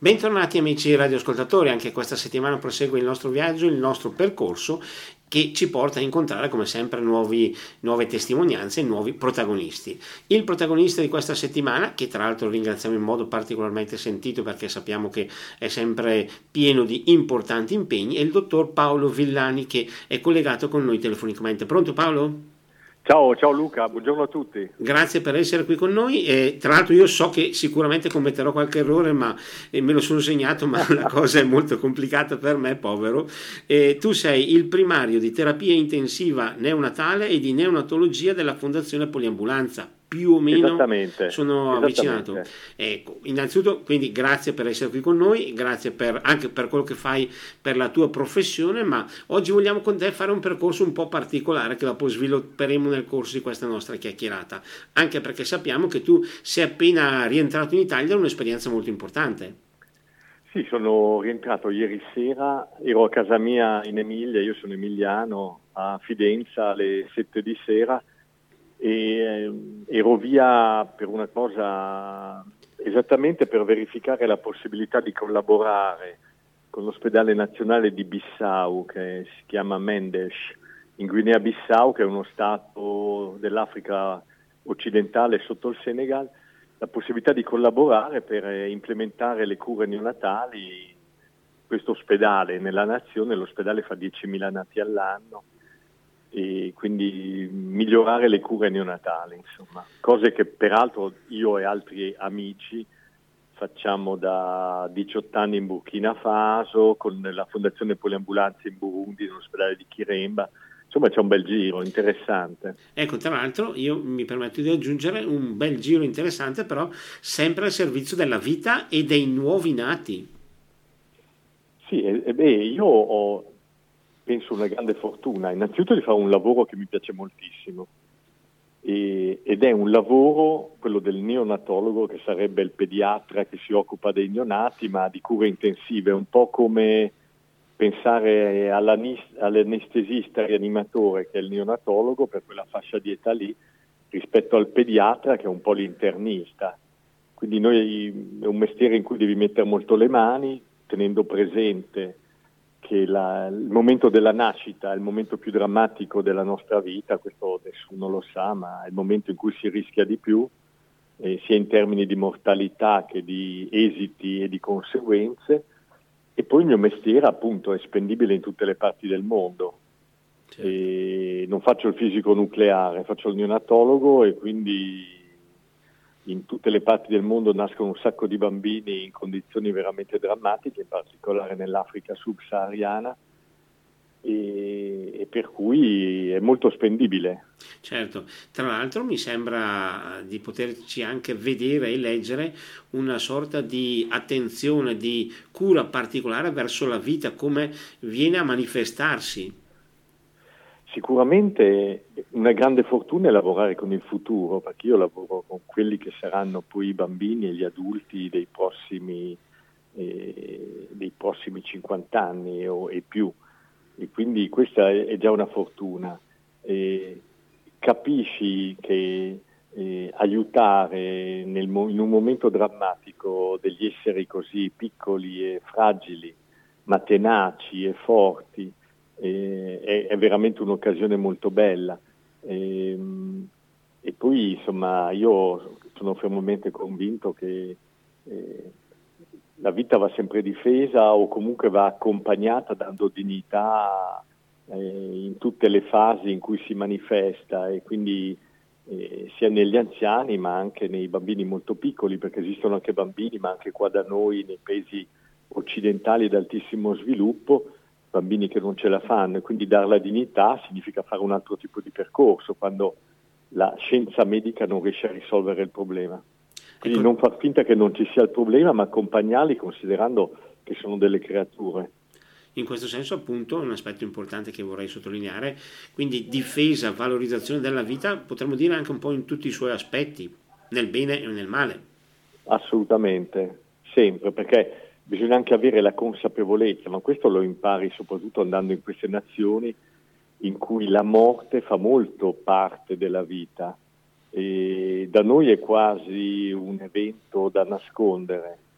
Bentornati amici radioascoltatori, anche questa settimana prosegue il nostro viaggio, il nostro percorso che ci porta a incontrare come sempre nuove testimonianze e nuovi protagonisti. Il protagonista di questa settimana, che tra l'altro ringraziamo in modo particolarmente sentito perché sappiamo che è sempre pieno di importanti impegni, è il dottor Paolo Villani che è collegato con noi telefonicamente. Pronto Paolo? Ciao Luca, buongiorno a tutti. Grazie per essere qui con noi e tra l'altro io so che sicuramente commetterò qualche errore ma me lo sono segnato ma la cosa è molto complicata per me, povero. Tu sei il primario di terapia intensiva neonatale e di neonatologia della Fondazione Poliambulanza. Più o meno sono avvicinato. Esattamente. Ecco, innanzitutto quindi grazie per essere qui con noi, grazie anche per quello che fai per la tua professione, ma oggi vogliamo con te fare un percorso un po' particolare che dopo svilupperemo nel corso di questa nostra chiacchierata, anche perché sappiamo che tu sei appena rientrato in Italia da un'esperienza molto importante. Sì, sono rientrato ieri sera, ero a casa mia in Emilia, io sono emiliano, a Fidenza alle 7 di sera e ero via per una cosa esattamente per verificare la possibilità di collaborare con l'ospedale nazionale di Bissau che si chiama Mendes in Guinea-Bissau, che è uno stato dell'Africa occidentale sotto il Senegal, la possibilità di collaborare per implementare le cure neonatali in questo ospedale nella nazione. L'ospedale fa 10.000 nati all'anno e quindi migliorare le cure neonatali, insomma, cose che peraltro io e altri amici facciamo da 18 anni in Burkina Faso, con la Fondazione Poliambulanza in Burundi, nell'ospedale di Kiremba. Insomma, c'è un bel giro interessante. Ecco, tra l'altro io mi permetto di aggiungere un bel giro interessante, però sempre al servizio della vita e dei nuovi nati. Sì, io ho, penso, una grande fortuna, innanzitutto di fare un lavoro che mi piace moltissimo, ed è un lavoro, quello del neonatologo, che sarebbe il pediatra che si occupa dei neonati, ma di cure intensive, un po' come pensare all'anestesista rianimatore che è il neonatologo per quella fascia di età lì, rispetto al pediatra che è un po' l'internista. Quindi è un mestiere in cui devi mettere molto le mani, tenendo presente che il momento della nascita è il momento più drammatico della nostra vita, questo nessuno lo sa, ma è il momento in cui si rischia di più, sia in termini di mortalità che di esiti e di conseguenze. E poi il mio mestiere appunto è spendibile in tutte le parti del mondo. Certo. E non faccio il fisico nucleare, faccio il neonatologo e quindi in tutte le parti del mondo nascono un sacco di bambini in condizioni veramente drammatiche, in particolare nell'Africa subsahariana, e per cui è molto spendibile. Certo, tra l'altro mi sembra di poterci anche vedere e leggere una sorta di attenzione, di cura particolare verso la vita, come viene a manifestarsi. Sicuramente una grande fortuna è lavorare con il futuro, perché io lavoro con quelli che saranno poi i bambini e gli adulti dei prossimi 50 anni e più, e quindi questa è già una fortuna. Capisci che aiutare in un momento drammatico degli esseri così piccoli e fragili, ma tenaci e forti, è veramente un'occasione molto bella. E poi insomma io sono fermamente convinto che la vita va sempre difesa o comunque va accompagnata dando dignità in tutte le fasi in cui si manifesta, e quindi sia negli anziani ma anche nei bambini molto piccoli, perché esistono anche bambini, ma anche qua da noi nei paesi occidentali ad altissimo sviluppo, bambini che non ce la fanno, e quindi dar la dignità significa fare un altro tipo di percorso quando la scienza medica non riesce a risolvere il problema. Quindi Ecco, non far finta che non ci sia il problema, ma accompagnarli considerando che sono delle creature. in questo senso appunto un aspetto importante che vorrei sottolineare, quindi difesa, valorizzazione della vita, potremmo dire anche un po' in tutti i suoi aspetti, nel bene e nel male. Assolutamente, sempre, perché bisogna anche avere la consapevolezza, ma questo lo impari soprattutto andando in queste nazioni in cui la morte fa molto parte della vita, e da noi è quasi un evento da nascondere.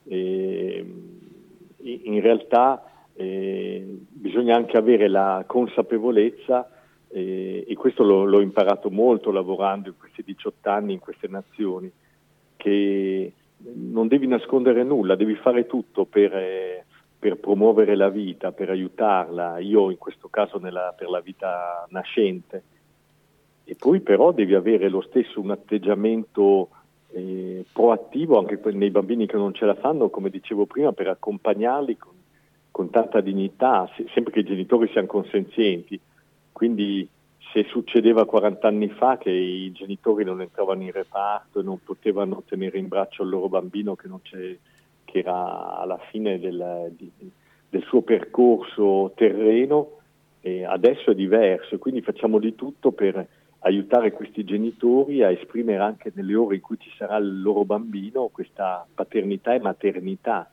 In realtà bisogna anche avere la consapevolezza, e questo l'ho imparato molto lavorando in questi 18 anni in queste nazioni, che non devi nascondere nulla, devi fare tutto per promuovere la vita, per aiutarla, io in questo caso per la vita nascente, e poi però devi avere lo stesso un atteggiamento proattivo anche nei bambini che non ce la fanno, come dicevo prima, per accompagnarli con tanta dignità, sempre che i genitori siano consenzienti. Quindi se succedeva 40 anni fa che i genitori non entravano in reparto e non potevano tenere in braccio il loro bambino che era alla fine del suo percorso terreno, adesso è diverso, quindi facciamo di tutto per aiutare questi genitori a esprimere anche nelle ore in cui ci sarà il loro bambino questa paternità e maternità.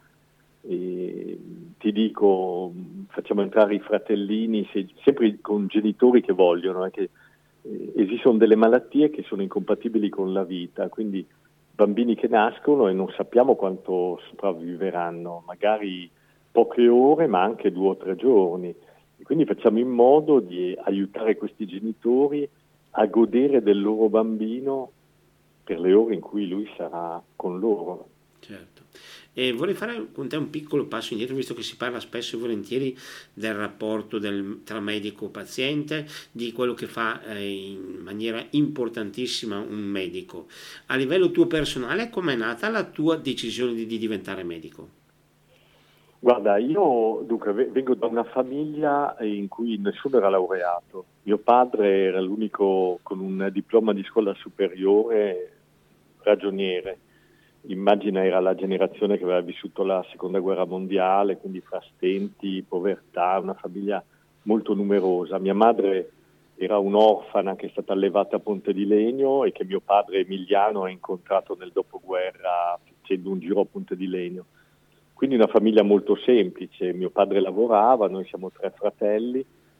Ti dico, facciamo entrare i fratellini sempre con genitori che vogliono, che esistono delle malattie che sono incompatibili con la vita, quindi bambini che nascono e non sappiamo quanto sopravviveranno, magari poche ore ma anche 2 o 3 giorni, e quindi facciamo in modo di aiutare questi genitori a godere del loro bambino per le ore in cui lui sarà con loro. Certo. E vorrei fare con te un piccolo passo indietro, visto che si parla spesso e volentieri del rapporto tra medico e paziente, di quello che fa in maniera importantissima un medico. A livello tuo personale, com'è nata la tua decisione di diventare medico? Guarda, io dunque vengo da una famiglia in cui nessuno era laureato. Mio padre era l'unico con un diploma di scuola superiore, ragioniere. Immagina, era la generazione che aveva vissuto la seconda guerra mondiale, quindi fra stenti, povertà, una famiglia molto numerosa. Mia madre era un'orfana che è stata allevata a Ponte di Legno e che mio padre Emiliano ha incontrato nel dopoguerra facendo un giro a Ponte di Legno. Quindi una famiglia molto semplice, mio padre lavorava, noi siamo 3 fratelli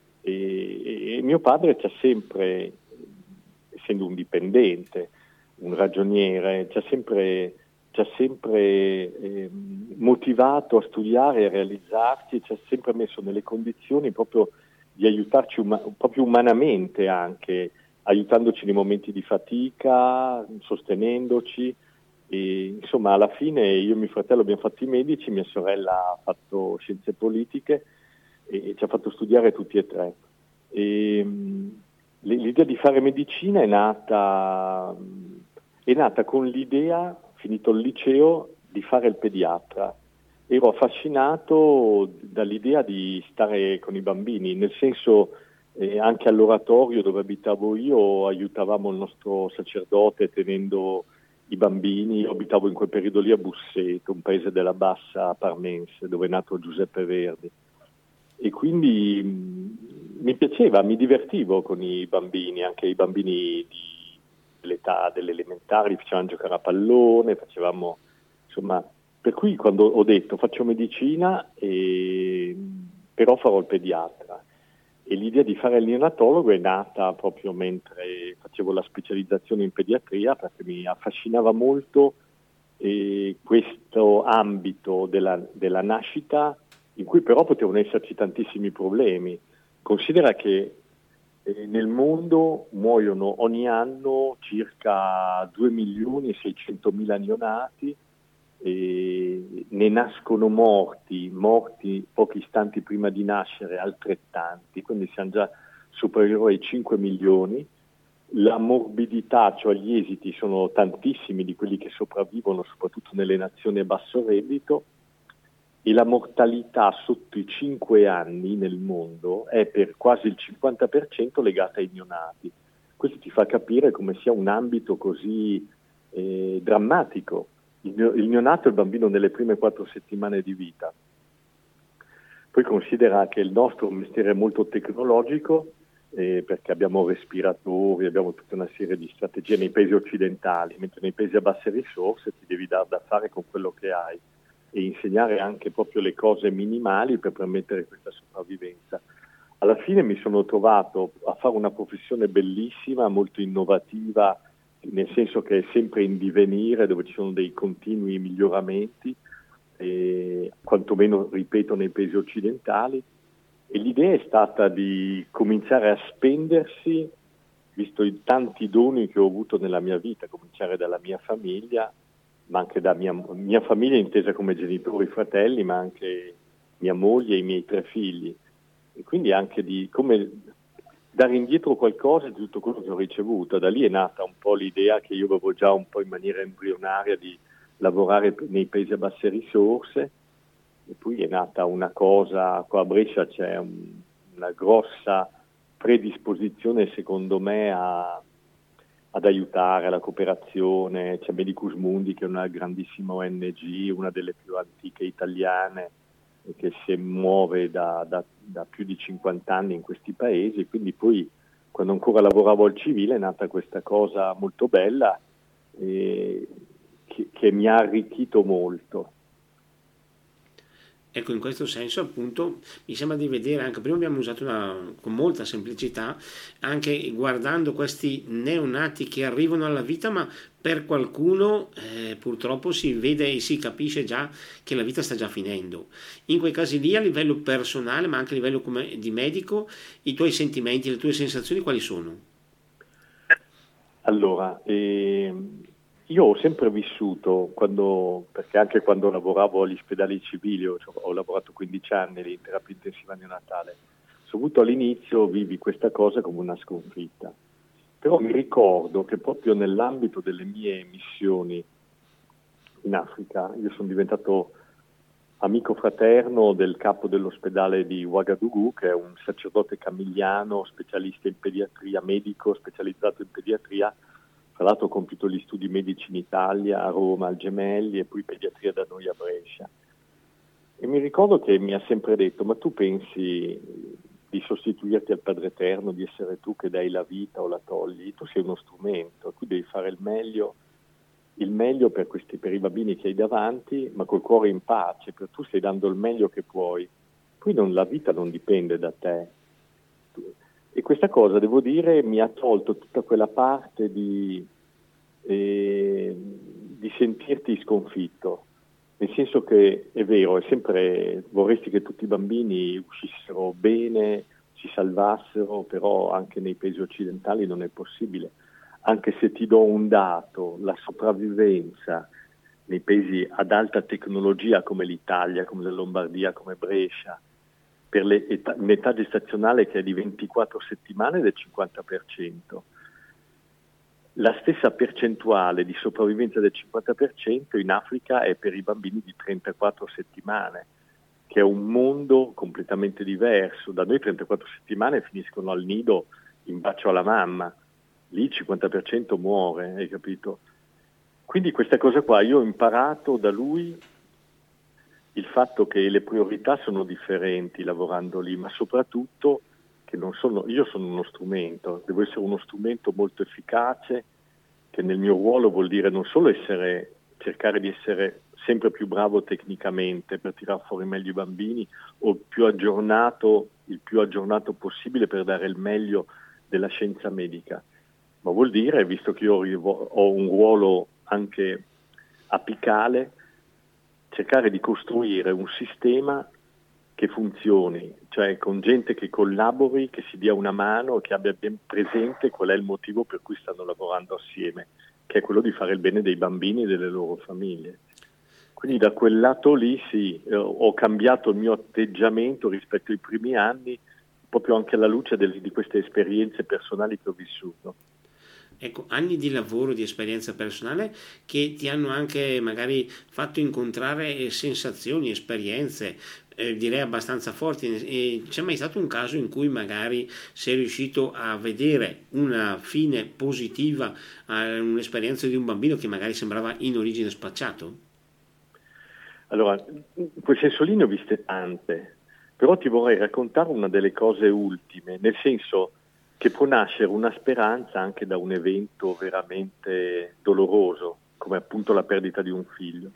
e mio padre ci ha sempre, essendo un dipendente, un ragioniere, ci ha sempre motivato a studiare e a realizzarci, ci ha sempre messo nelle condizioni proprio di aiutarci proprio umanamente anche, aiutandoci nei momenti di fatica, sostenendoci. E, insomma, alla fine io e mio fratello abbiamo fatto i medici, mia sorella ha fatto scienze politiche e ci ha fatto studiare tutti e 3. L'idea di fare medicina è nata con l'idea, finito il liceo, di fare il pediatra. Ero affascinato dall'idea di stare con i bambini, nel senso anche all'oratorio dove abitavo io aiutavamo il nostro sacerdote tenendo i bambini. Io abitavo in quel periodo lì a Busseto, un paese della Bassa Parmense, dove è nato Giuseppe Verdi. E quindi mi piaceva, mi divertivo con i bambini, anche i bambini dell'età delle elementari, facevamo giocare a pallone, facevamo, insomma, per cui quando ho detto faccio medicina, però farò il pediatra. E l'idea di fare il neonatologo è nata proprio mentre facevo la specializzazione in pediatria, perché mi affascinava molto questo ambito della nascita, in cui però potevano esserci tantissimi problemi. Considera che nel mondo muoiono ogni anno circa 2.600.000 neonati, ne nascono morti pochi istanti prima di nascere altrettanti, quindi siamo già superiori ai 5 milioni. La morbidità, cioè gli esiti, sono tantissimi di quelli che sopravvivono, soprattutto nelle nazioni a basso reddito, e la mortalità sotto i 5 anni nel mondo è per quasi il 50% legata ai neonati. Questo ti fa capire come sia un ambito così drammatico. Il neonato è il bambino nelle prime 4 settimane di vita. Poi considera che il nostro mestiere è molto tecnologico, perché abbiamo respiratori, abbiamo tutta una serie di strategie nei paesi occidentali, mentre nei paesi a basse risorse ti devi dare da fare con quello che hai e insegnare anche proprio le cose minimali per permettere questa sopravvivenza. Alla fine mi sono trovato a fare una professione bellissima, molto innovativa, nel senso che è sempre in divenire, dove ci sono dei continui miglioramenti, quantomeno, ripeto, nei paesi occidentali, e l'idea è stata di cominciare a spendersi, visto i tanti doni che ho avuto nella mia vita, cominciare dalla mia famiglia, ma anche da mia famiglia intesa come genitori, fratelli, ma anche mia moglie e i miei 3 figli, e quindi anche di come dare indietro qualcosa di tutto quello che ho ricevuto. Da lì è nata un po' l'idea, che io avevo già un po' in maniera embrionaria, di lavorare nei paesi a basse risorse, e poi è nata una cosa, qua a Brescia c'è una grossa predisposizione secondo me ad aiutare la cooperazione. C'è Medicus Mundi, che è una grandissima ONG, una delle più antiche italiane, che si muove da più di 50 anni in questi paesi. Quindi poi, quando ancora lavoravo al civile, è nata questa cosa molto bella, che mi ha arricchito molto. Ecco, in questo senso appunto mi sembra di vedere, anche prima abbiamo usato con molta semplicità, anche guardando questi neonati che arrivano alla vita, ma per qualcuno purtroppo si vede e si capisce già che la vita sta già finendo. In quei casi lì, a livello personale, ma anche a livello di medico, i tuoi sentimenti, le tue sensazioni quali sono? Allora, io ho sempre vissuto, perché anche quando lavoravo agli ospedali civili, ho lavorato 15 anni lì in terapia intensiva neonatale, avuto all'inizio vivi questa cosa come una sconfitta. Però mi ricordo che proprio nell'ambito delle mie missioni in Africa, io sono diventato amico fraterno del capo dell'ospedale di Ouagadougou, che è un sacerdote camigliano, specialista in pediatria, medico specializzato in pediatria. Tra l'altro ho compiuto gli studi medici in Italia, a Roma, al Gemelli, e poi pediatria da noi a Brescia. E mi ricordo che mi ha sempre detto: ma tu pensi di sostituirti al Padre Eterno, di essere tu che dai la vita o la togli? Tu sei uno strumento, tu devi fare il meglio per i bambini che hai davanti, ma col cuore in pace, perché tu stai dando il meglio che puoi. Poi la vita non dipende da te. E questa cosa, devo dire, mi ha tolto tutta quella parte di sentirti sconfitto. Nel senso che è vero, vorresti che tutti i bambini uscissero bene, si salvassero, però anche nei paesi occidentali non è possibile. Anche se ti do un dato, la sopravvivenza nei paesi ad alta tecnologia come l'Italia, come la Lombardia, come Brescia, per l'età gestazionale che è di 24 settimane, del 50%. La stessa percentuale di sopravvivenza del 50% in Africa è per i bambini di 34 settimane, che è un mondo completamente diverso. Da noi 34 settimane finiscono al nido in bacio alla mamma, lì il 50% muore, hai capito? Quindi questa cosa qua, io ho imparato da lui il fatto che le priorità sono differenti lavorando lì, ma soprattutto che io sono uno strumento, devo essere uno strumento molto efficace, che nel mio ruolo vuol dire non solo cercare di essere sempre più bravo tecnicamente per tirar fuori meglio i bambini, o il più aggiornato possibile per dare il meglio della scienza medica, ma vuol dire, visto che io ho un ruolo anche apicale, cercare di costruire un sistema che funzioni, cioè con gente che collabori, che si dia una mano, che abbia ben presente qual è il motivo per cui stanno lavorando assieme, che è quello di fare il bene dei bambini e delle loro famiglie. Quindi da quel lato lì sì, ho cambiato il mio atteggiamento rispetto ai primi anni, proprio anche alla luce di queste esperienze personali che ho vissuto. Ecco, anni di lavoro, di esperienza personale che ti hanno anche magari fatto incontrare sensazioni, esperienze, direi abbastanza forti. E c'è mai stato un caso in cui magari sei riuscito a vedere una fine positiva a un'esperienza di un bambino che magari sembrava in origine spacciato? Allora, in quel senso lì ne ho viste tante, però ti vorrei raccontare una delle cose ultime, nel senso che può nascere una speranza anche da un evento veramente doloroso, come appunto la perdita di un figlio.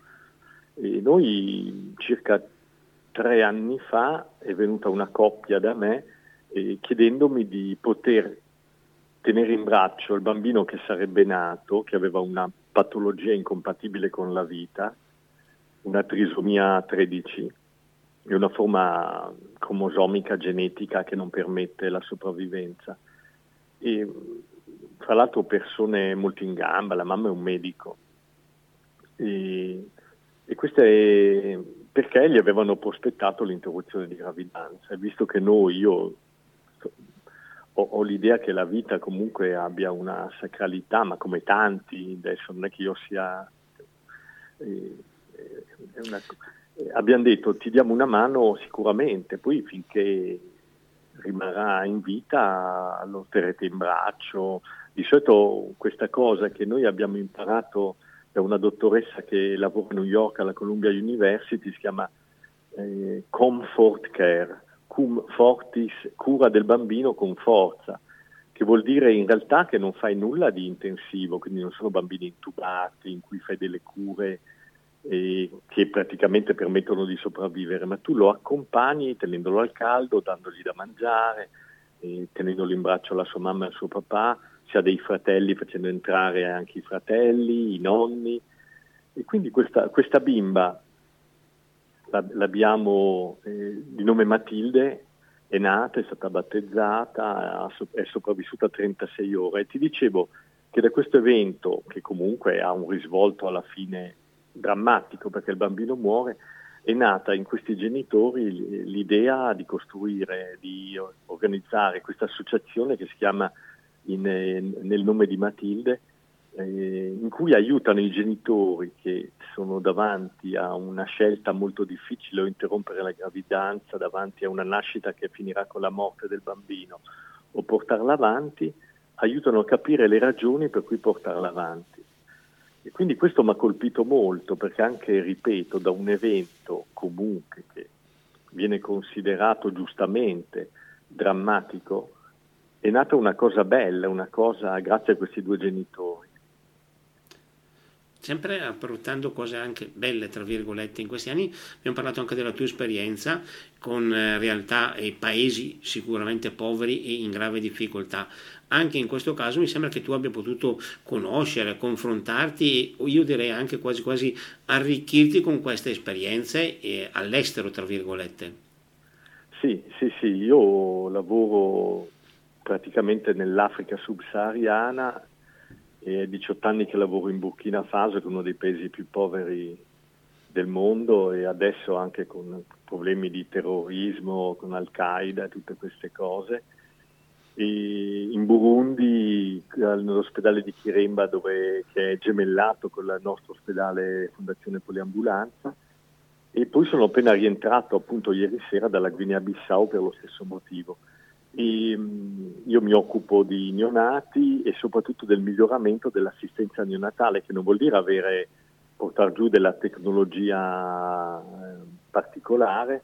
E noi circa 3 anni fa è venuta una coppia da me chiedendomi di poter tenere in braccio il bambino che sarebbe nato, che aveva una patologia incompatibile con la vita, una trisomia 13, è una forma cromosomica genetica che non permette la sopravvivenza. E fra l'altro persone molto in gamba, la mamma è un medico. E questo è perché gli avevano prospettato l'interruzione di gravidanza. E visto che io ho l'idea che la vita comunque abbia una sacralità, ma come tanti, adesso non è che io sia... abbiamo detto ti diamo una mano sicuramente, poi finché rimarrà in vita lo terrete in braccio. Di solito questa cosa che noi abbiamo imparato da una dottoressa che lavora a New York alla Columbia University, si chiama comfort care, cum fortis, cura del bambino con forza, che vuol dire in realtà che non fai nulla di intensivo, quindi non sono bambini intubati in cui fai delle cure che praticamente permettono di sopravvivere, ma tu lo accompagni tenendolo al caldo, dandogli da mangiare, tenendolo in braccio alla sua mamma e al suo papà, se ha dei fratelli facendo entrare anche i fratelli, i nonni. E quindi questa bimba l'abbiamo di nome Matilde, è nata, è stata battezzata, è sopravvissuta 36 ore. E ti dicevo che da questo evento, che comunque ha un risvolto alla fine drammatico perché il bambino muore, è nata in questi genitori l'idea di costruire, di organizzare questa associazione che si chiama nel nome di Matilde, in cui aiutano i genitori che sono davanti a una scelta molto difficile, o interrompere la gravidanza davanti a una nascita che finirà con la morte del bambino o portarla avanti, aiutano a capire le ragioni per cui portarla avanti. E quindi questo mi ha colpito molto, perché anche, ripeto, da un evento comunque che viene considerato giustamente drammatico, è nata una cosa bella, una cosa grazie a questi due genitori. Sempre apportando cose anche belle, tra virgolette, in questi anni abbiamo parlato anche della tua esperienza con realtà e paesi sicuramente poveri e in grave difficoltà. Anche in questo caso mi sembra che tu abbia potuto conoscere, confrontarti e io direi anche quasi quasi arricchirti con queste esperienze all'estero, tra virgolette. Sì, io lavoro praticamente nell'Africa subsahariana. È 18 anni che lavoro in Burkina Faso, che è uno dei paesi più poveri del mondo, e adesso anche con problemi di terrorismo, con Al-Qaeda e tutte queste cose. E in Burundi, nell'ospedale di Kiremba, che è gemellato con il nostro ospedale Fondazione Poliambulanza, e poi sono appena rientrato appunto ieri sera dalla Guinea-Bissau per lo stesso motivo. E io mi occupo di neonati e soprattutto del miglioramento dell'assistenza neonatale, che non vuol dire portare giù della tecnologia particolare,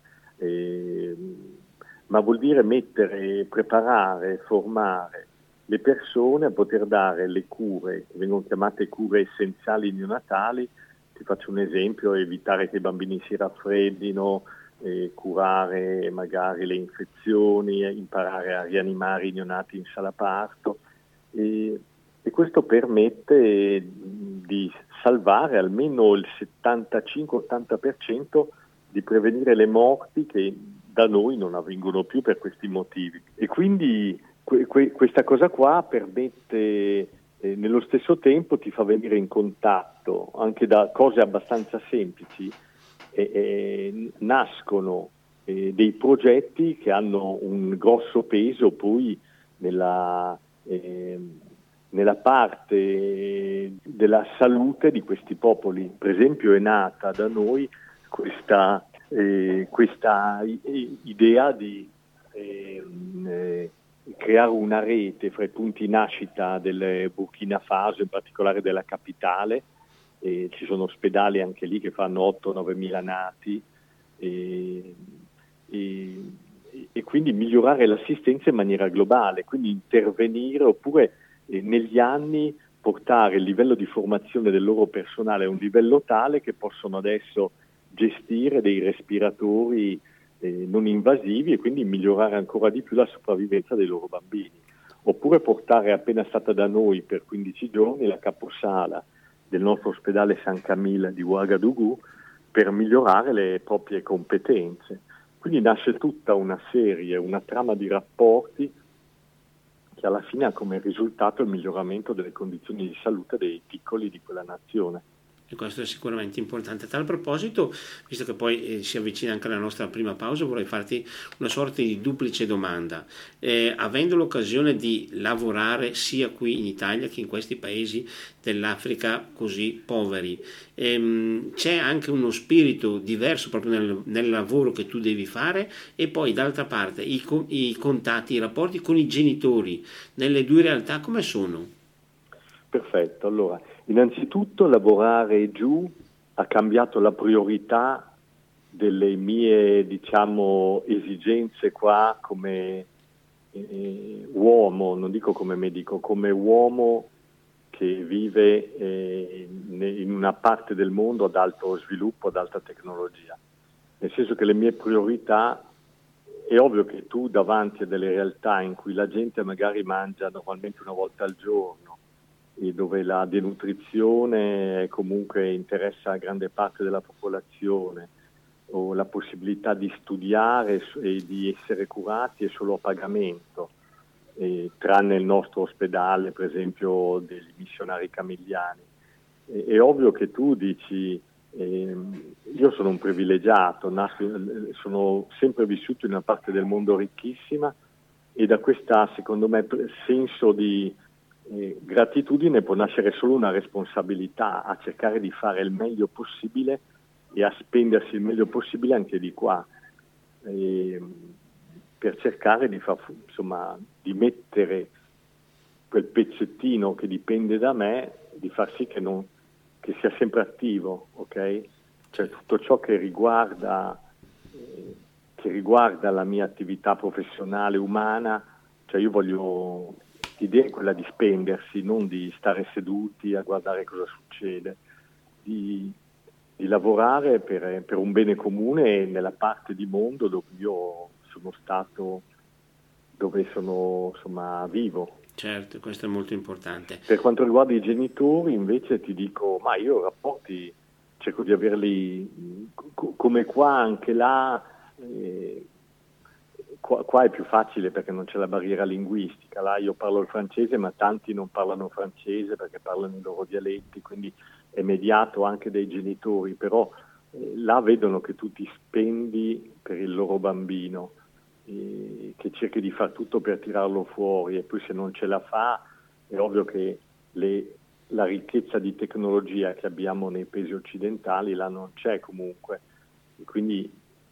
ma vuol dire preparare, formare le persone a poter dare le cure, che vengono chiamate cure essenziali neonatali. Ti faccio un esempio: evitare che i bambini si raffreddino, curare magari le infezioni, imparare a rianimare i neonati in sala parto, e questo permette di salvare almeno il 75-80% di prevenire le morti che da noi non avvengono più per questi motivi. E quindi questa cosa qua permette, nello stesso tempo ti fa venire in contatto anche da cose abbastanza semplici. Nascono dei progetti che hanno un grosso peso poi nella parte della salute di questi popoli. Per esempio è nata da noi questa idea di creare una rete fra i punti nascita del Burkina Faso, in particolare della capitale. Ci sono ospedali anche lì che fanno 8-9 mila nati, e quindi migliorare l'assistenza in maniera globale, quindi intervenire, oppure negli anni portare il livello di formazione del loro personale a un livello tale che possono adesso gestire dei respiratori non invasivi, e quindi migliorare ancora di più la sopravvivenza dei loro bambini. Oppure portare, appena stata da noi per 15 giorni, la caposala del nostro ospedale San Camille di Ouagadougou per migliorare le proprie competenze. Quindi nasce tutta una serie, una trama di rapporti che alla fine ha come risultato il miglioramento delle condizioni di salute dei piccoli di quella nazione. E questo è sicuramente importante. A tal proposito, visto che poi si avvicina anche la nostra prima pausa, vorrei farti una sorta di duplice domanda. Avendo l'occasione di lavorare sia qui in Italia che in questi paesi dell'Africa così poveri, c'è anche uno spirito diverso proprio nel lavoro che tu devi fare, e poi d'altra parte i contatti, i rapporti con i genitori nelle due realtà come sono? Perfetto, allora, innanzitutto lavorare giù ha cambiato la priorità delle mie, diciamo, esigenze qua come uomo, non dico come medico, come uomo che vive in una parte del mondo ad alto sviluppo, ad alta tecnologia. Nel senso che le mie priorità, è ovvio che tu davanti a delle realtà in cui la gente magari mangia normalmente una volta al giorno, e dove la denutrizione comunque interessa a grande parte della popolazione, o la possibilità di studiare e di essere curati è solo a pagamento, tranne il nostro ospedale, per esempio, dei missionari camiliani. È ovvio che tu dici, io sono un privilegiato, sono sempre vissuto in una parte del mondo ricchissima, e da questa, secondo me, senso di gratitudine può nascere solo una responsabilità a cercare di fare il meglio possibile e a spendersi il meglio possibile anche di qua, per cercare di di mettere quel pezzettino che dipende da me, di far sì che sia sempre attivo, ok? Cioè tutto ciò che riguarda la mia attività professionale umana, cioè io voglio. L'idea è quella di spendersi, non di stare seduti a guardare cosa succede, di lavorare per un bene comune nella parte di mondo dove io sono stato, dove sono vivo. Certo, questo è molto importante. Per quanto riguarda i genitori invece ti dico, ma io rapporti cerco di averli come qua, anche là. Qua è più facile perché non c'è la barriera linguistica, là io parlo il francese ma tanti non parlano francese perché parlano i loro dialetti, quindi è mediato anche dai genitori, però là vedono che tu ti spendi per il loro bambino, che cerchi di far tutto per tirarlo fuori, e poi se non ce la fa è ovvio che la ricchezza di tecnologia che abbiamo nei paesi occidentali là non c'è comunque, e quindi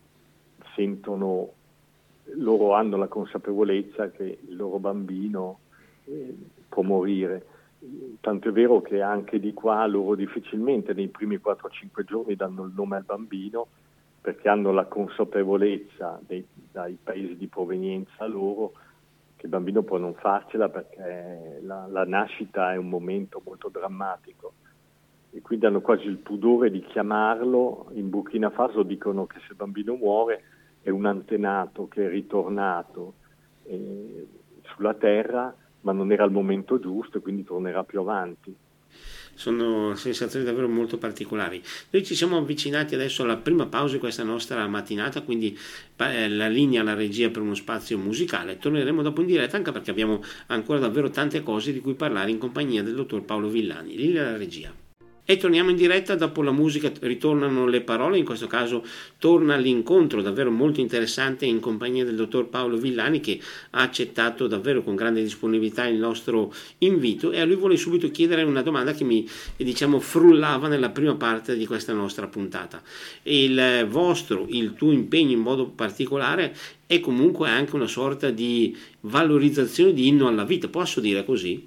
loro hanno la consapevolezza che il loro bambino può morire. Tanto è vero che anche di qua loro difficilmente nei primi 4-5 giorni danno il nome al bambino, perché hanno la consapevolezza dai paesi di provenienza loro che il bambino può non farcela, perché la nascita è un momento molto drammatico, e quindi hanno quasi il pudore di chiamarlo. In Burkina Faso dicono che se il bambino muore è un antenato che è ritornato sulla terra, ma non era il momento giusto e quindi tornerà più avanti. Sono sensazioni davvero molto particolari. Noi ci siamo avvicinati adesso alla prima pausa di questa nostra mattinata, quindi la linea alla regia per uno spazio musicale. Torneremo dopo in diretta, anche perché abbiamo ancora davvero tante cose di cui parlare in compagnia del dottor Paolo Villani. Linea alla regia. E torniamo in diretta. Dopo la musica ritornano le parole, in questo caso torna l'incontro davvero molto interessante in compagnia del dottor Paolo Villani, che ha accettato davvero con grande disponibilità il nostro invito, e a lui voglio subito chiedere una domanda che mi frullava nella prima parte di questa nostra puntata. Il tuo impegno in modo particolare è comunque anche una sorta di valorizzazione, di inno alla vita, posso dire così?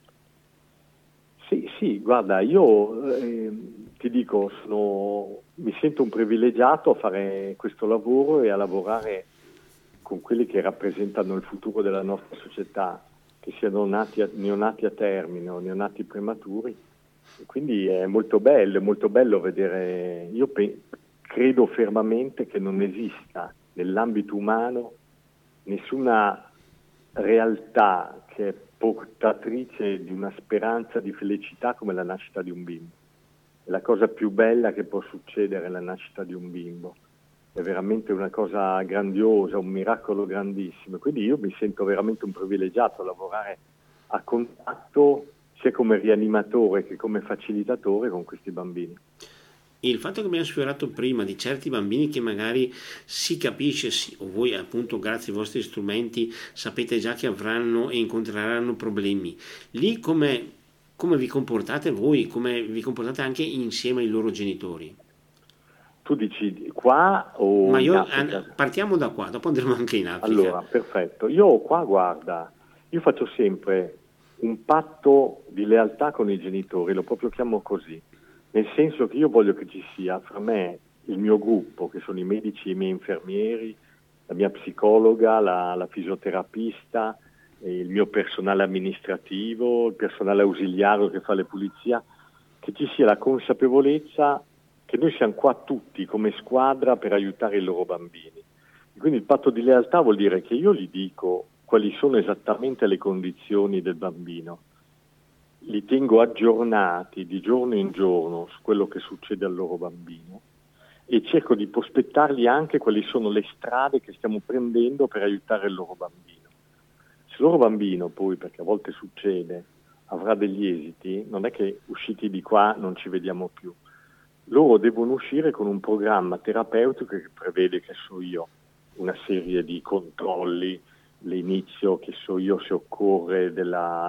Sì, guarda, io ti dico, mi sento un privilegiato a fare questo lavoro e a lavorare con quelli che rappresentano il futuro della nostra società, che siano neonati a termine o neonati prematuri. E quindi è molto bello vedere. Io credo fermamente che non esista nell'ambito umano nessuna realtà che è portatrice di una speranza di felicità come la nascita di un bimbo. è la cosa più bella che può succedere alla nascita di un bimbo. È veramente una cosa grandiosa, un miracolo grandissimo. Quindi io mi sento veramente un privilegiato a lavorare a contatto sia come rianimatore che come facilitatore con questi bambini. Il fatto che abbiamo sfiorato prima di certi bambini che magari si capisce, o voi appunto grazie ai vostri strumenti sapete già che avranno e incontreranno problemi, lì come vi comportate voi, come vi comportate anche insieme ai loro genitori? Tu dici qua o Ma in Africa? partiamo da qua, dopo andremo anche in Africa. Allora, perfetto. Io qua, guarda, io faccio sempre un patto di lealtà con i genitori, lo proprio chiamo così, nel senso che io voglio che ci sia fra me il mio gruppo, che sono i medici e i miei infermieri, la mia psicologa, la fisioterapista, il mio personale amministrativo, il personale ausiliario che fa le pulizie, che ci sia la consapevolezza che noi siamo qua tutti come squadra per aiutare i loro bambini. Quindi il patto di lealtà vuol dire che io gli dico quali sono esattamente le condizioni del bambino, li tengo aggiornati di giorno in giorno su quello che succede al loro bambino e cerco di prospettargli anche quali sono le strade che stiamo prendendo per aiutare il loro bambino. Se il loro bambino poi, perché a volte succede, avrà degli esiti, non è che usciti di qua non ci vediamo più. Loro devono uscire con un programma terapeutico che prevede, che so io, una serie di controlli, l'inizio, che so io, se occorre di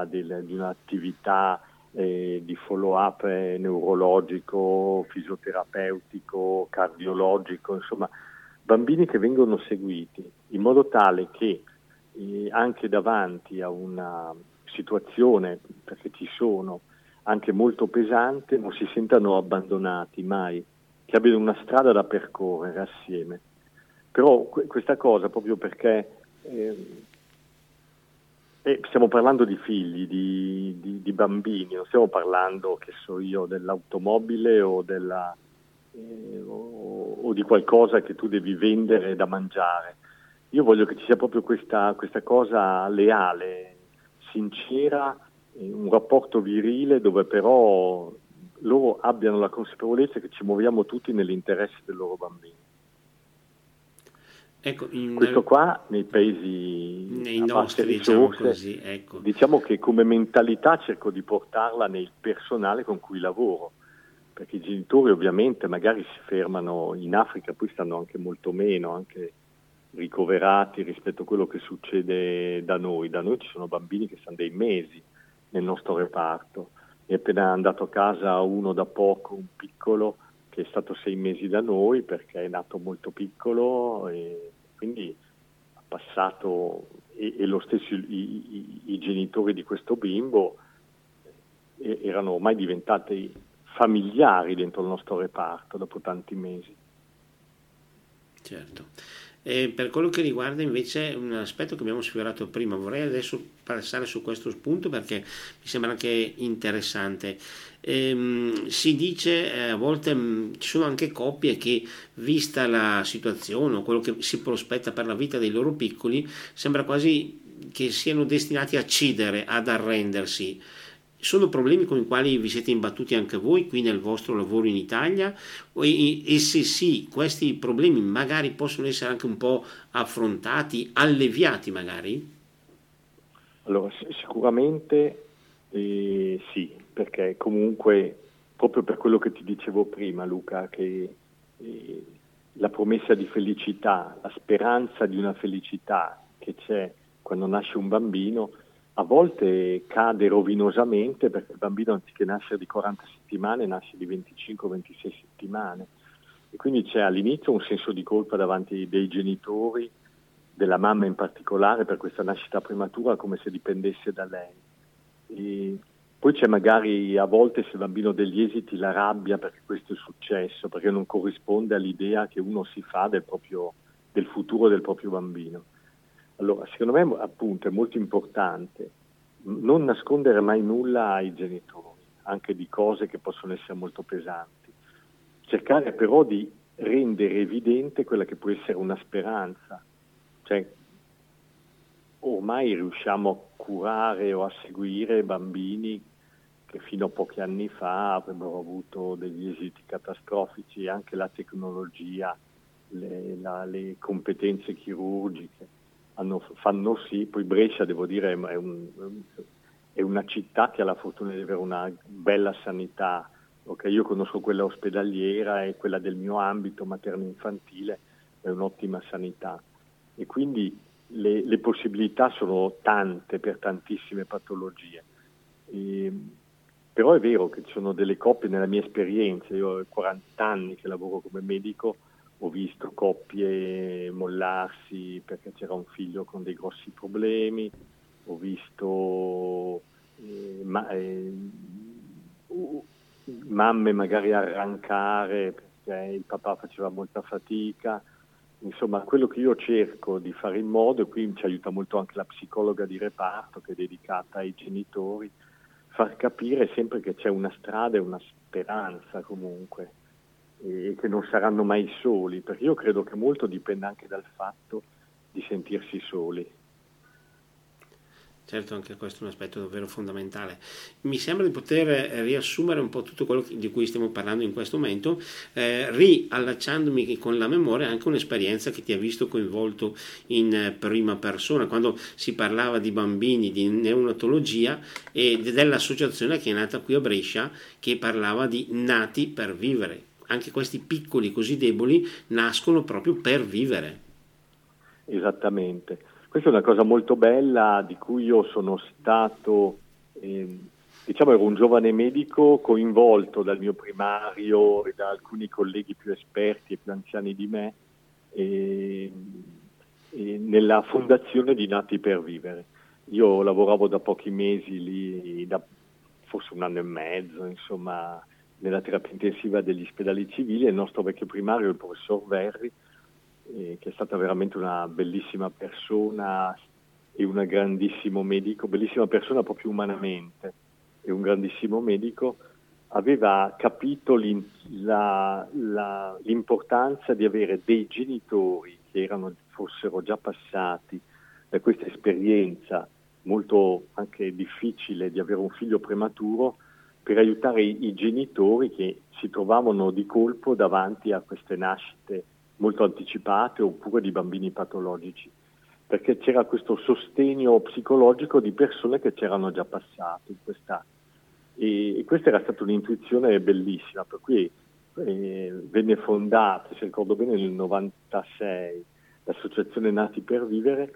un'attività di follow-up neurologico, fisioterapeutico, cardiologico, insomma, bambini che vengono seguiti in modo tale che anche davanti a una situazione, perché ci sono, anche molto pesante, non si sentano abbandonati mai, che abbiano una strada da percorrere assieme. Però questa cosa, proprio perché stiamo parlando di figli, di bambini, non stiamo parlando, che so io, dell'automobile o di qualcosa che tu devi vendere da mangiare. Io voglio che ci sia proprio questa cosa leale, sincera, un rapporto virile dove però loro abbiano la consapevolezza che ci muoviamo tutti nell'interesse del loro bambino. Ecco, Questo qua nei paesi nei a basse nostri, diciamo risorse, così, ecco. diciamo che come mentalità cerco di portarla nel personale con cui lavoro, perché i genitori ovviamente magari si fermano in Africa, poi stanno anche molto meno, anche ricoverati rispetto a quello che succede da noi. Da noi ci sono bambini che stanno dei mesi nel nostro reparto. È appena andato a casa uno da poco, un piccolo, che è stato 6 mesi da noi perché è nato molto piccolo e quindi ha passato, e lo stesso i genitori di questo bimbo erano ormai diventati familiari dentro il nostro reparto dopo tanti mesi. Certo. E per quello che riguarda invece un aspetto che abbiamo sfiorato prima, vorrei adesso passare su questo spunto perché mi sembra anche interessante. Si dice a volte ci sono anche coppie che, vista la situazione o quello che si prospetta per la vita dei loro piccoli, sembra quasi che siano destinati a cedere, ad arrendersi. Sono problemi con i quali vi siete imbattuti anche voi qui nel vostro lavoro in Italia e se sì, questi problemi magari possono essere anche un po' affrontati, alleviati magari? Allora, sicuramente sì, perché comunque proprio per quello che ti dicevo prima, Luca, che la promessa di felicità, la speranza di una felicità che c'è quando nasce un bambino, a volte cade rovinosamente perché il bambino anziché nascere di 40 settimane nasce di 25-26 settimane e quindi c'è all'inizio un senso di colpa davanti dei genitori, della mamma in particolare per questa nascita prematura come se dipendesse da lei. E poi c'è magari a volte, se il bambino ha degli esiti, la rabbia perché questo è successo, perché non corrisponde all'idea che uno si fa del futuro del proprio bambino. Allora, secondo me appunto è molto importante non nascondere mai nulla ai genitori, anche di cose che possono essere molto pesanti. Cercare però di rendere evidente quella che può essere una speranza. Cioè, ormai riusciamo a curare o a seguire bambini che fino a pochi anni fa avrebbero avuto degli esiti catastrofici. Anche la tecnologia, le competenze chirurgiche fanno sì. Poi Brescia, devo dire, è una città che ha la fortuna di avere una bella sanità. Okay, io conosco quella ospedaliera e quella del mio ambito materno-infantile, è un'ottima sanità, e quindi le possibilità sono tante per tantissime patologie. Però è vero che ci sono delle coppie, nella mia esperienza, io ho 40 anni che lavoro come medico, ho visto coppie mollarsi perché c'era un figlio con dei grossi problemi, ho visto mamme magari arrancare perché il papà faceva molta fatica. Insomma, quello che io cerco di fare in modo, e qui ci aiuta molto anche la psicologa di reparto che è dedicata ai genitori, far capire sempre che c'è una strada e una speranza comunque, e che non saranno mai soli, perché io credo che molto dipenda anche dal fatto di sentirsi soli. Certo, anche questo è un aspetto davvero fondamentale. Mi sembra di poter riassumere un po' tutto quello di cui stiamo parlando in questo momento, riallacciandomi con la memoria anche un'esperienza che ti ha visto coinvolto in prima persona, quando si parlava di bambini, di neonatologia e dell'associazione che è nata qui a Brescia, che parlava di nati per vivere. Anche questi piccoli così deboli nascono proprio per vivere. Esattamente. Questa è una cosa molto bella di cui io sono stato, ero un giovane medico coinvolto dal mio primario e da alcuni colleghi più esperti e più anziani di me nella fondazione di Nati per Vivere. Io lavoravo da pochi mesi lì, da forse un anno e mezzo, insomma, nella terapia intensiva degli ospedali civili, e il nostro vecchio primario, il professor Verri, che è stata veramente una bellissima persona e un grandissimo medico, bellissima persona proprio umanamente, e un grandissimo medico, aveva capito l'importanza di avere dei genitori che fossero già passati da questa esperienza molto anche difficile di avere un figlio prematuro, per aiutare i genitori che si trovavano di colpo davanti a queste nascite molto anticipate oppure di bambini patologici, perché c'era questo sostegno psicologico di persone che c'erano già passate in questa. E questa era stata un'intuizione bellissima, per cui venne fondata, se ricordo bene, nel 96 l'associazione Nati per Vivere,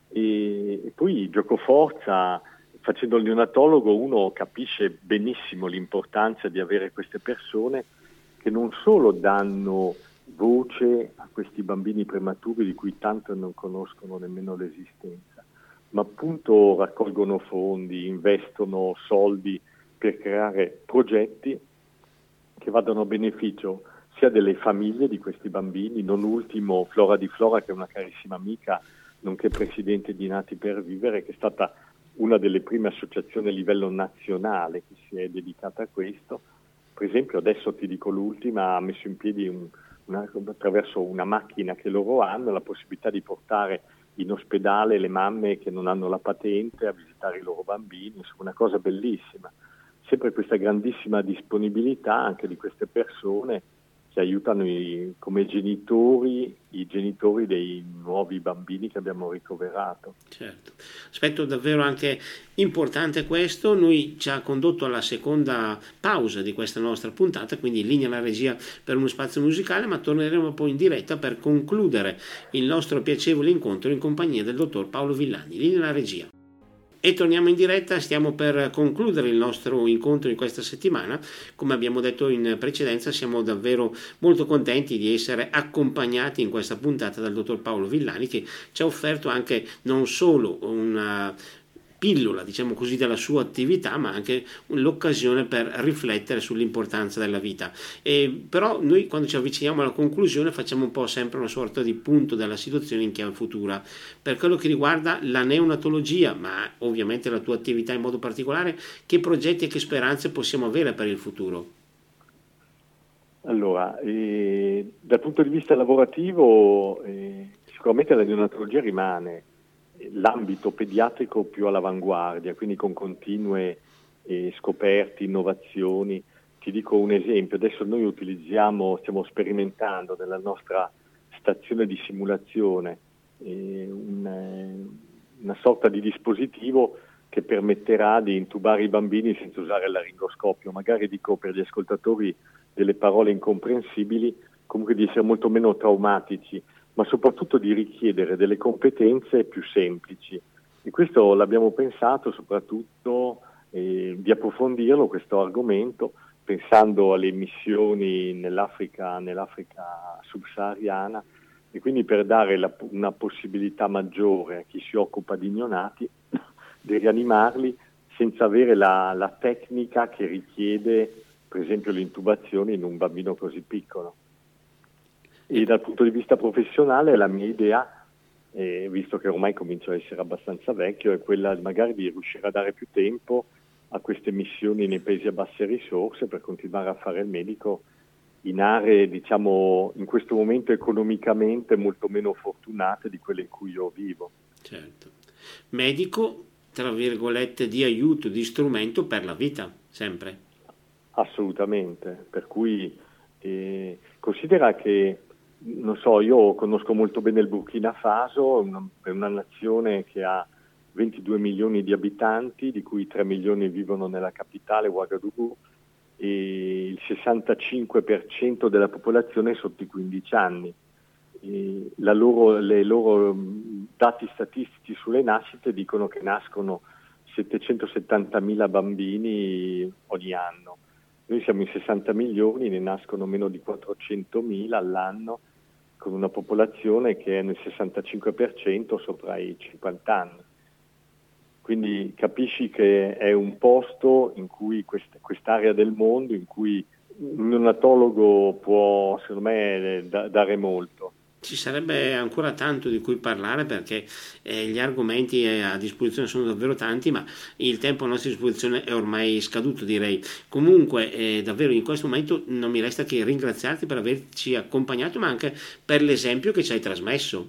e poi giocoforza, facendo il neonatologo uno capisce benissimo l'importanza di avere queste persone che non solo danno voce a questi bambini prematuri di cui tanto non conoscono nemmeno l'esistenza, ma appunto raccolgono fondi, investono soldi per creare progetti che vadano a beneficio sia delle famiglie di questi bambini, non ultimo Flora di Flora, che è una carissima amica, nonché presidente di Nati per Vivere, che è stata una delle prime associazioni a livello nazionale che si è dedicata a questo. Per esempio, adesso ti dico l'ultima, ha messo in piedi attraverso una macchina che loro hanno la possibilità di portare in ospedale le mamme che non hanno la patente a visitare i loro bambini, insomma una cosa bellissima. Sempre questa grandissima disponibilità anche di queste persone che aiutano come genitori, i genitori dei nuovi bambini che abbiamo ricoverato. Certo, aspetto davvero anche importante questo. Noi ci ha condotto alla seconda pausa di questa nostra puntata, quindi in linea la regia per uno spazio musicale, ma torneremo poi in diretta per concludere il nostro piacevole incontro in compagnia del dottor Paolo Villani. Linea la regia. E torniamo in diretta, stiamo per concludere il nostro incontro in questa settimana. Come abbiamo detto in precedenza, siamo davvero molto contenti di essere accompagnati in questa puntata dal dottor Paolo Villani, che ci ha offerto anche non solo una pillola, diciamo così, della sua attività, ma anche l'occasione per riflettere sull'importanza della vita. Però noi, quando ci avviciniamo alla conclusione, facciamo un po' sempre una sorta di punto della situazione in chiave futura. Per quello che riguarda la neonatologia, ma ovviamente la tua attività in modo particolare, che progetti e che speranze possiamo avere per il futuro? Allora, dal punto di vista lavorativo, sicuramente la neonatologia rimane l'ambito pediatrico più all'avanguardia, quindi con continue scoperte, innovazioni. Ti dico un esempio, adesso noi stiamo sperimentando nella nostra stazione di simulazione una sorta di dispositivo che permetterà di intubare i bambini senza usare il laringoscopio. Magari dico per gli ascoltatori delle parole incomprensibili, comunque di essere molto meno traumatici, ma soprattutto di richiedere delle competenze più semplici. E questo l'abbiamo pensato soprattutto di approfondirlo, questo argomento, pensando alle missioni nell'Africa subsahariana, e quindi per dare una possibilità maggiore a chi si occupa di neonati di rianimarli senza avere la tecnica che richiede per esempio l'intubazione in un bambino così piccolo. E dal punto di vista professionale la mia idea, visto che ormai comincio a essere abbastanza vecchio, è quella magari di riuscire a dare più tempo a queste missioni nei paesi a basse risorse per continuare a fare il medico in aree, diciamo, in questo momento economicamente molto meno fortunate di quelle in cui io vivo. Certo. Medico, tra virgolette, di aiuto, di strumento per la vita, sempre. Assolutamente, per cui considera che, non so, io conosco molto bene il Burkina Faso, è una nazione che ha 22 milioni di abitanti, di cui 3 milioni vivono nella capitale, Ouagadougou, e il 65% della popolazione è sotto i 15 anni. I loro dati statistici sulle nascite dicono che nascono 770.000 bambini ogni anno. Noi siamo in 60 milioni, ne nascono meno di 400.000 all'anno, con una popolazione che è nel 65% sopra i 50 anni. Quindi capisci che è un posto in cui quest'area del mondo in cui un neonatologo può, secondo me, dare molto. Ci sarebbe ancora tanto di cui parlare perché gli argomenti a disposizione sono davvero tanti, ma il tempo a nostra disposizione è ormai scaduto, direi. Comunque davvero in questo momento non mi resta che ringraziarti per averci accompagnato, ma anche per l'esempio che ci hai trasmesso.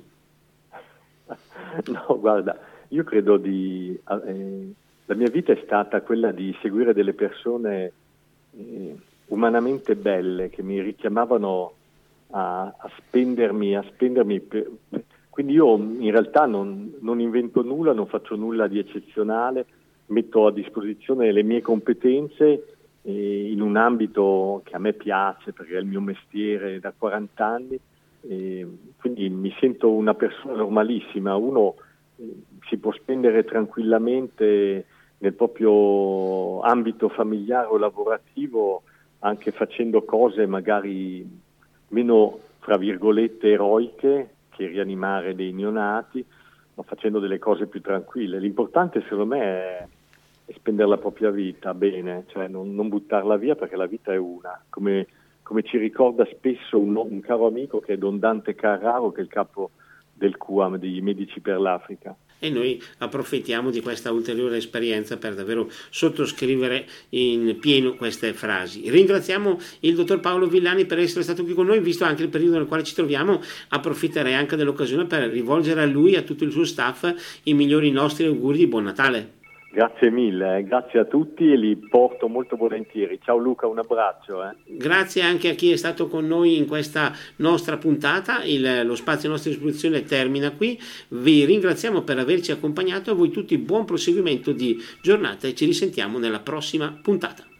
No, guarda, io credo la mia vita è stata quella di seguire delle persone umanamente belle che mi richiamavano a spendermi quindi io in realtà non invento nulla, non faccio nulla di eccezionale, metto a disposizione le mie competenze in un ambito che a me piace perché è il mio mestiere da 40 anni, quindi mi sento una persona normalissima. Uno si può spendere tranquillamente nel proprio ambito familiare o lavorativo anche facendo cose magari meno, fra virgolette, eroiche che rianimare dei neonati, ma facendo delle cose più tranquille. L'importante secondo me è spendere la propria vita bene, cioè non buttarla via perché la vita è una, come ci ricorda spesso un caro amico che è Don Dante Carraro, che è il capo del QAM, dei Medici per l'Africa. E noi approfittiamo di questa ulteriore esperienza per davvero sottoscrivere in pieno queste frasi. Ringraziamo il dottor Paolo Villani per essere stato qui con noi, visto anche il periodo nel quale ci troviamo. Approfitterei anche dell'occasione per rivolgere a lui e a tutto il suo staff i migliori nostri auguri di buon Natale. Grazie mille, grazie a tutti e li porto molto volentieri. Ciao Luca, un abbraccio. Grazie anche a chi è stato con noi in questa nostra puntata. Lo spazio a nostra disposizione termina qui. Vi ringraziamo per averci accompagnato, a voi tutti buon proseguimento di giornata e ci risentiamo nella prossima puntata.